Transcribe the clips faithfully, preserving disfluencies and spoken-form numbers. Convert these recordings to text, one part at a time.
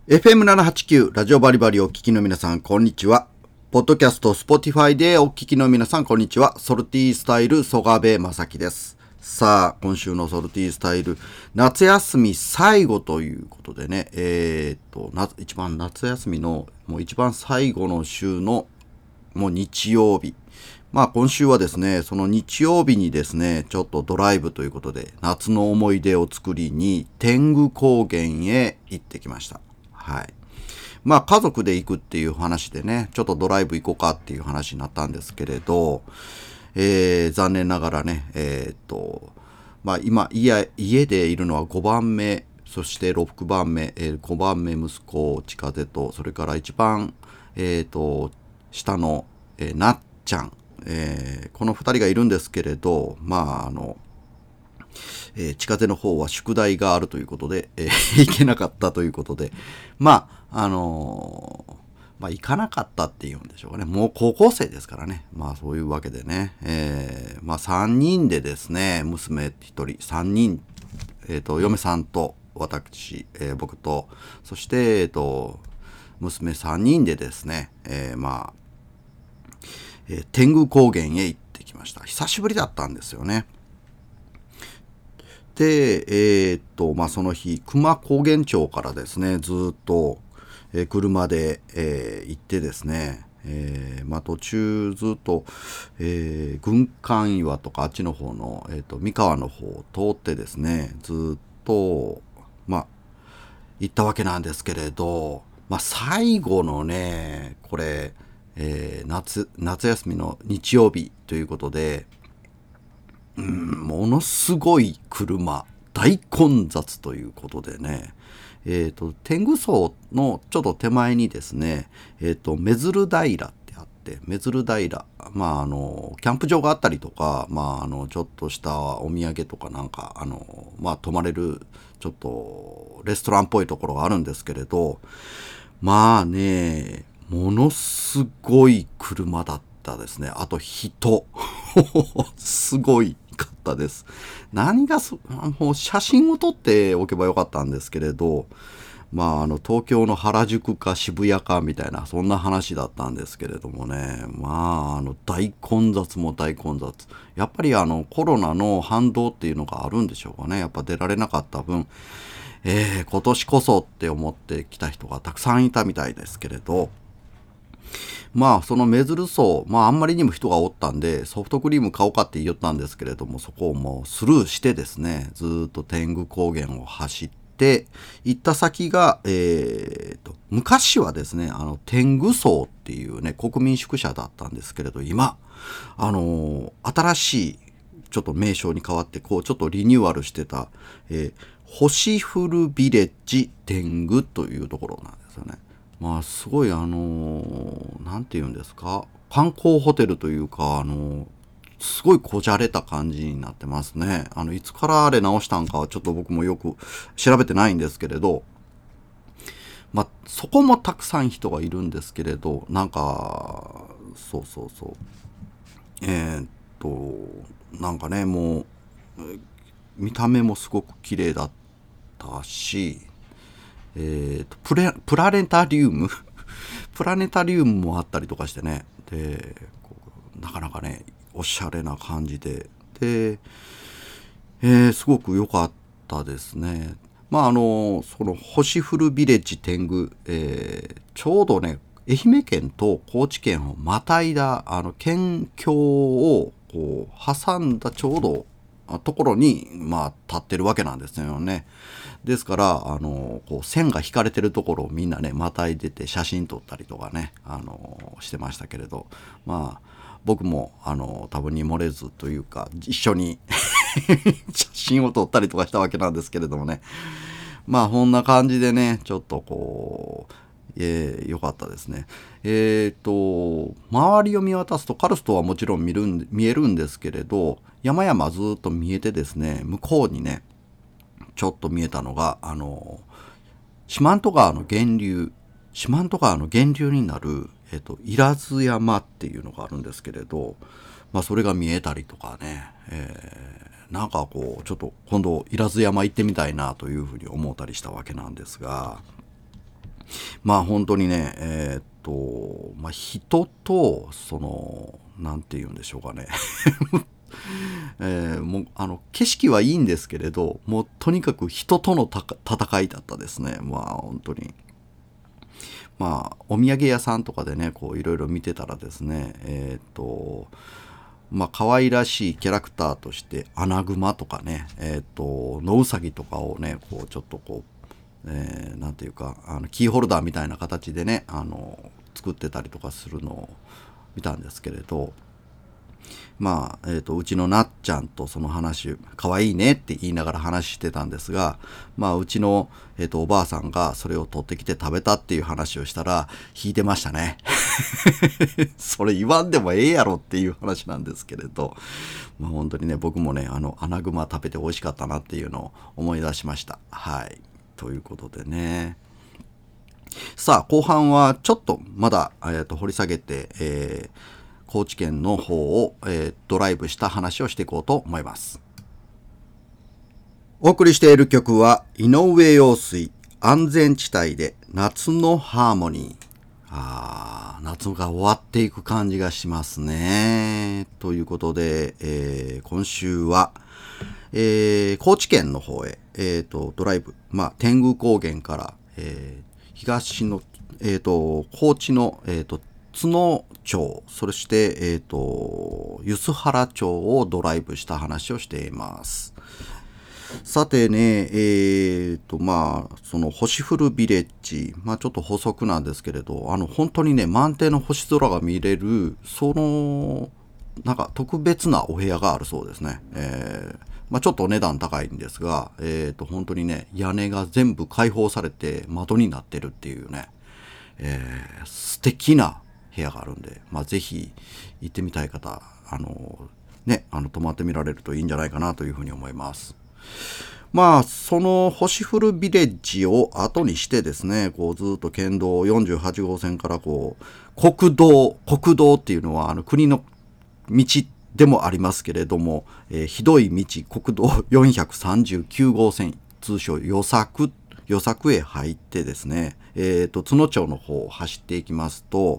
エフエムななはちきゅう ラジオバリバリお聞きの皆さん、こんにちは。ポッドキャスト、スポティファイでお聞きの皆さん、こんにちは。ソルティースタイル、曽我部正樹です。さあ、今週のソルティースタイル、夏休み最後ということでね、えー、っと、な一番夏休みの、もう一番最後の週の、もう日曜日。まあ今週はですね、その日曜日にですね、ちょっとドライブということで、夏の思い出を作りに、天狗高原へ行ってきました。はい。まあ家族で行くっていう話でね、ちょっとドライブ行こうかっていう話になったんですけれど、えー、残念ながらね、えー、っと、まあ今家、家でいるのはごばんめ、そしてろくばんめ、えー、ごばんめ息子、近風と、それから一番、えー、っと、下の、えー、なっちゃん、えー、このふたりがいるんですけれど、まああの、えー、地下鉄の方は宿題があるということで、えー、行けなかったということで、まあ、あのー、まあ、行かなかったっていうんでしょうかね。もう高校生ですからね。まあ、そういうわけでね。えー、まあ、さんにんでですね、娘ひとり、さんにん、えっと、嫁さんと、私、えー、僕と、そして、えっと、娘さんにんでですね、えー、まあ、えー、天狗高原へ行ってきました。久しぶりだったんですよね。で、えー、っと、まあ、その日、久間高原町からですね、ずっと、えー、車で、えー、行ってですね、えー、まあ、途中ずっと、えー、軍艦岩とかあっちの方の、えー、と三河の方を通ってですね、ずっと、まあ、行ったわけなんですけれど、まあ、最後のね、これ、えー、夏、夏休みの日曜日ということで、うん、ものすごい車、大混雑ということでね、えっ、と、天狗荘のちょっと手前にですね、えっ、と、目鶴平ってあって、目鶴平、まあ、あの、キャンプ場があったりとか、まあ、あの、ちょっとしたお土産とかなんか、あの、まあ、泊まれる、ちょっと、レストランっぽいところがあるんですけれど、まあね、ものすごい車だったですね。あと人。すごいかったです。何がす、もう写真を撮っておけばよかったんですけれど、まあ、あの、東京の原宿か渋谷かみたいな、そんな話だったんですけれどもね。まあ、あの、大混雑も大混雑。やっぱりあの、コロナの反動っていうのがあるんでしょうかね。やっぱ出られなかった分、えー、今年こそって思ってきた人がたくさんいたみたいですけれど、まあそのメズル層、まああんまりにも人がおったんでソフトクリーム買おうかって言ったんですけれども、そこをもうスルーしてですね、ずーっと天狗高原を走って行った先が、えーと、昔はですね、あの天狗荘っていうね、国民宿舎だったんですけれど、今、あのー新しいちょっと名称に変わって、こうちょっとリニューアルしてた、えー、星降るビレッジ天狗というところなんですよね。まあすごいあのー、なんて言うんですか、観光ホテルというか、あのー、すごいこじゃれた感じになってますね。あの、いつからあれ直したんかはちょっと僕もよく調べてないんですけれど、まあそこもたくさん人がいるんですけれど、なんか、そうそうそう。えーっと、なんかね、もう、見た目もすごく綺麗だったし、えーと、プレ、プラネタリウムプラネタリウムもあったりとかしてね。で、こうなかなかね、おしゃれな感じで。で、えーすごく良かったですね。まあ、あの、その、星降るビレッジ天狗、えーちょうどね、愛媛県と高知県をまたいだ、あの、県境を、こう、挟んだちょうど、あところに、まあ、立ってるわけなんですよね。ですから、あの、こう、線が引かれてるところをみんなね、またいでて写真撮ったりとかね、あの、してましたけれど、まあ、僕も、あの、多分に漏れずというか、一緒に写真を撮ったりとかしたわけなんですけれどもね。まあ、こんな感じでね、ちょっとこう、えー、よかったですね。えっ、と、周りを見渡すとカルストはもちろん見るん見えるんですけれど、山々ずっと見えてですね、向こうにね、ちょっと見えたのが、あの、四万十川の源流、四万十川の源流になる、えっ、と、伊良津山っていうのがあるんですけれど、まあ、それが見えたりとかね、えーなんかこう、ちょっと今度、伊良津山行ってみたいなというふうに思ったりしたわけなんですが、 まあ本当にね、えーっと、まあ人と、その、なんて言うんでしょうかね。えーもう、あの、景色はいいんですけれど、もうとにかく人とのたか戦いだったですね。まあ本当に。まあ、お土産屋さんとかでね、こういろいろ見てたらですね、えっと、まあ、可愛らしいキャラクターとして、アナグマとかね、えっと、ノウサギとかをね、こう、ちょっとこう、えーなんていうか、あの、キーホルダーみたいな形でね、あの、作ってたりとかするのを見たんですけれど、まあ、えっと、うちのなっちゃんとその話、可愛いねって言いながら話してたんですが、まあ、うちの、えっと、おばあさんがそれを取ってきて食べたっていう話をしたら、引いてましたね。それ言わんでもええやろっていう話なんですけれど、まあ、本当にね、僕もね、あの、アナグマ食べて美味しかったなっていうのを思い出しました。はい。ということでね。さあ、後半はちょっとまだ、えーと掘り下げて、えー高知県の方を、えードライブした話をしていこうと思います。お送りしている曲は井上陽水安全地帯で夏のハーモニー。あー、夏が終わっていく感じがしますね。ということで、えー今週は、えー高知県の方へ、えーとドライブ、まあ、天狗高原から、えー東の、えーと高知の、えーと津野町、そして、えっと、梼原町をドライブした話をしています。さてね、えっと、まあ、その星降るビレッジ、まあちょっと補足なんですけれど、あの、本当にね、満天の星空が見れる、その、なんか特別なお部屋があるそうですね。えーまあ、ちょっとお値段高いんですが、えっと、本当にね、屋根が全部開放されて窓になってるっていうね、えー素敵な部屋があるんで、まあ、ぜひ行ってみたい方、あのね、あの泊まってみられるといいんじゃないかなというふうに思います。まあ、その星降るビレッジを後にしてですね、こうずっと県道よんじゅうはち号線からこう、国道、国道っていうのはあの国の道でもありますけれども、えーひどい道、国道よんひゃくさんじゅうきゅう号線、通称与作、与作へ入ってですね、えっと、津野町の方を走っていきますと、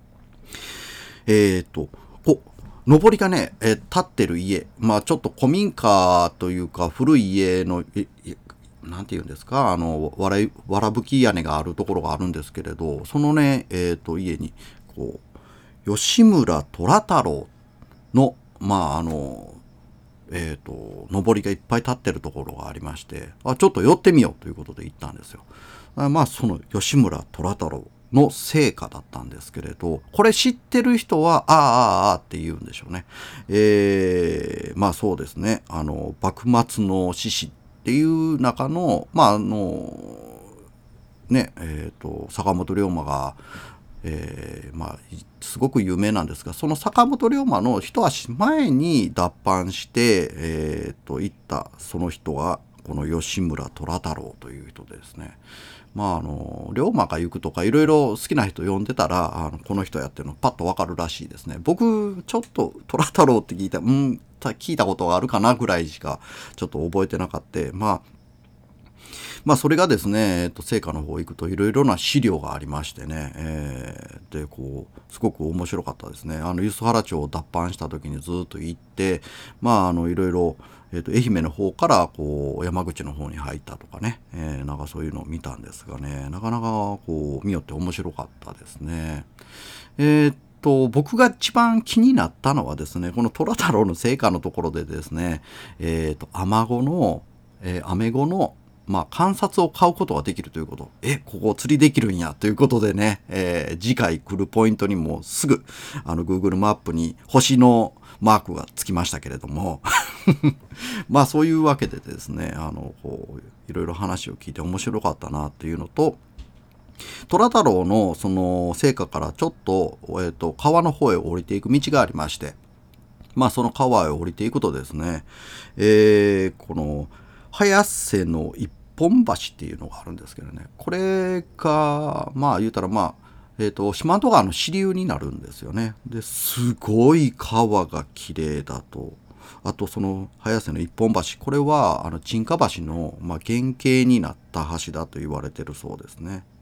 えっと、こう、上りがね、えー建ってる家、まあちょっと古民家というか古い家の、いいなんて言うんですか、あの、わらい、わらぶき屋根があるところがあるんですけれど、そのね、えっと、家に、こう、吉村虎太郎の、まああの、えっと、上りがいっぱい立ってるところがありまして、あ、ちょっと寄ってみようということで行ったんですよ。あまあ、その吉村虎太郎の成果だったんですけれど、これ知ってる人は、ああ、ああ、ああって言うんでしょうね。えー、まあそうですね。あの、幕末の志士っていう中の、まああの、ね、えっと、坂本龍馬が、えーまあ、すごく有名なんですが、その坂本龍馬の一足前に脱藩して、えー、と行ったその人はこの吉村虎太郎という人でですね、まああの龍馬が行くとかいろいろ好きな人呼んでたら、あのこの人やってるのパッとわかるらしいですね。僕ちょっと虎太郎って聞いたうん聞いたことがあるかなぐらいしかちょっと覚えてなかった。まあまあそれがですね、えっと、成果の方行くといろいろな資料がありましてね、えーで、こう、すごく面白かったですね。あの、梼原町を脱藩した時にずっと行って、まあ、あの、いろいろ、えっと、愛媛の方から、こう、山口の方に入ったとかね、えーなんかそういうのを見たんですがね、なかなか、こう、見よって面白かったですね。えーっと、僕が一番気になったのはですね、この虎太郎の成果のところでですね、えーっと、アマゴの、えーアメゴの、まあ、観察を買うことができるということ。え、ここ釣りできるんやということでね、えー次回来るポイントにもすぐ、あの、Google マップに星のマークがつきましたけれども、まあ、そういうわけでですね、あの、こう、いろいろ話を聞いて面白かったなっていうのと、虎太郎のその成果からちょっと、えーと、川の方へ降りていく道がありまして、まあその川へ降りていくとですね、えーこの早瀬の一本橋っていうのがあるんですけどね、これがまあ言うたらまあえーと四万十川の支流になるんですよね。ですごい川が綺麗だと。あとその早瀬の一本橋、これはあの沈下橋の、まあ、原型になった橋だと言われてるそうですね。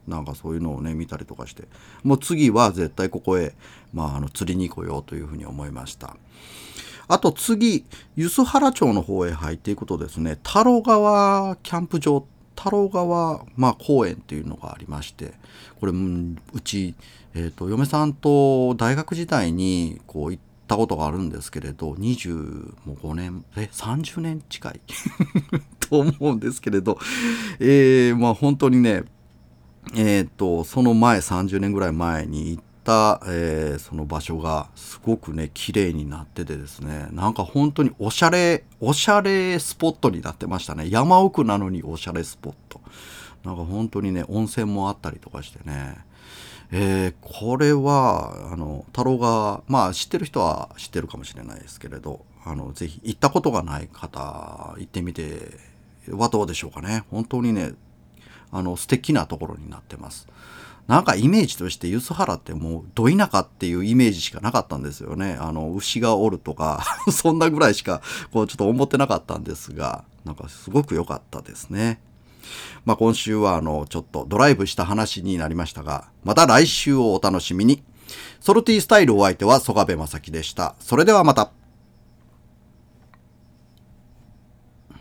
なんかそういうのをね見たりとかして、もう次は絶対ここへ、まあ、あの釣りに来ようというふうに思いました。あと次、梼原町の方へ入っていくとですね、太郎川キャンプ場、太郎川、まあ、公園っていうのがありまして、これうち、えーと、嫁さんと大学時代にこう行ったことがあるんですけれど、にじゅうごねん、えさんじゅうねん近いと思うんですけれど、えー、まあ本当にね、えーとその前さんじゅうねんぐらい前に行った、えーその場所がすごくね綺麗になっててですね、なんか本当におしゃれおしゃれスポットになってましたね。山奥なのにおしゃれスポット、なんか本当にね温泉もあったりとかしてね、えーこれはあの太郎がまあ知ってる人は知ってるかもしれないですけれど、あのぜひ行ったことがない方行ってみてはどうでしょうかね。本当にねあの素敵なところになってます。なんかイメージとして梼原ってもうど田舎っていうイメージしかなかったんですよね。あの牛がおるとかそんなぐらいしかこうちょっと思ってなかったんですが、なんかすごく良かったですね。まあ今週はあのちょっとドライブした話になりましたが、また来週をお楽しみに。ソルティスタイルお相手は曽我部正樹でした。それではまた。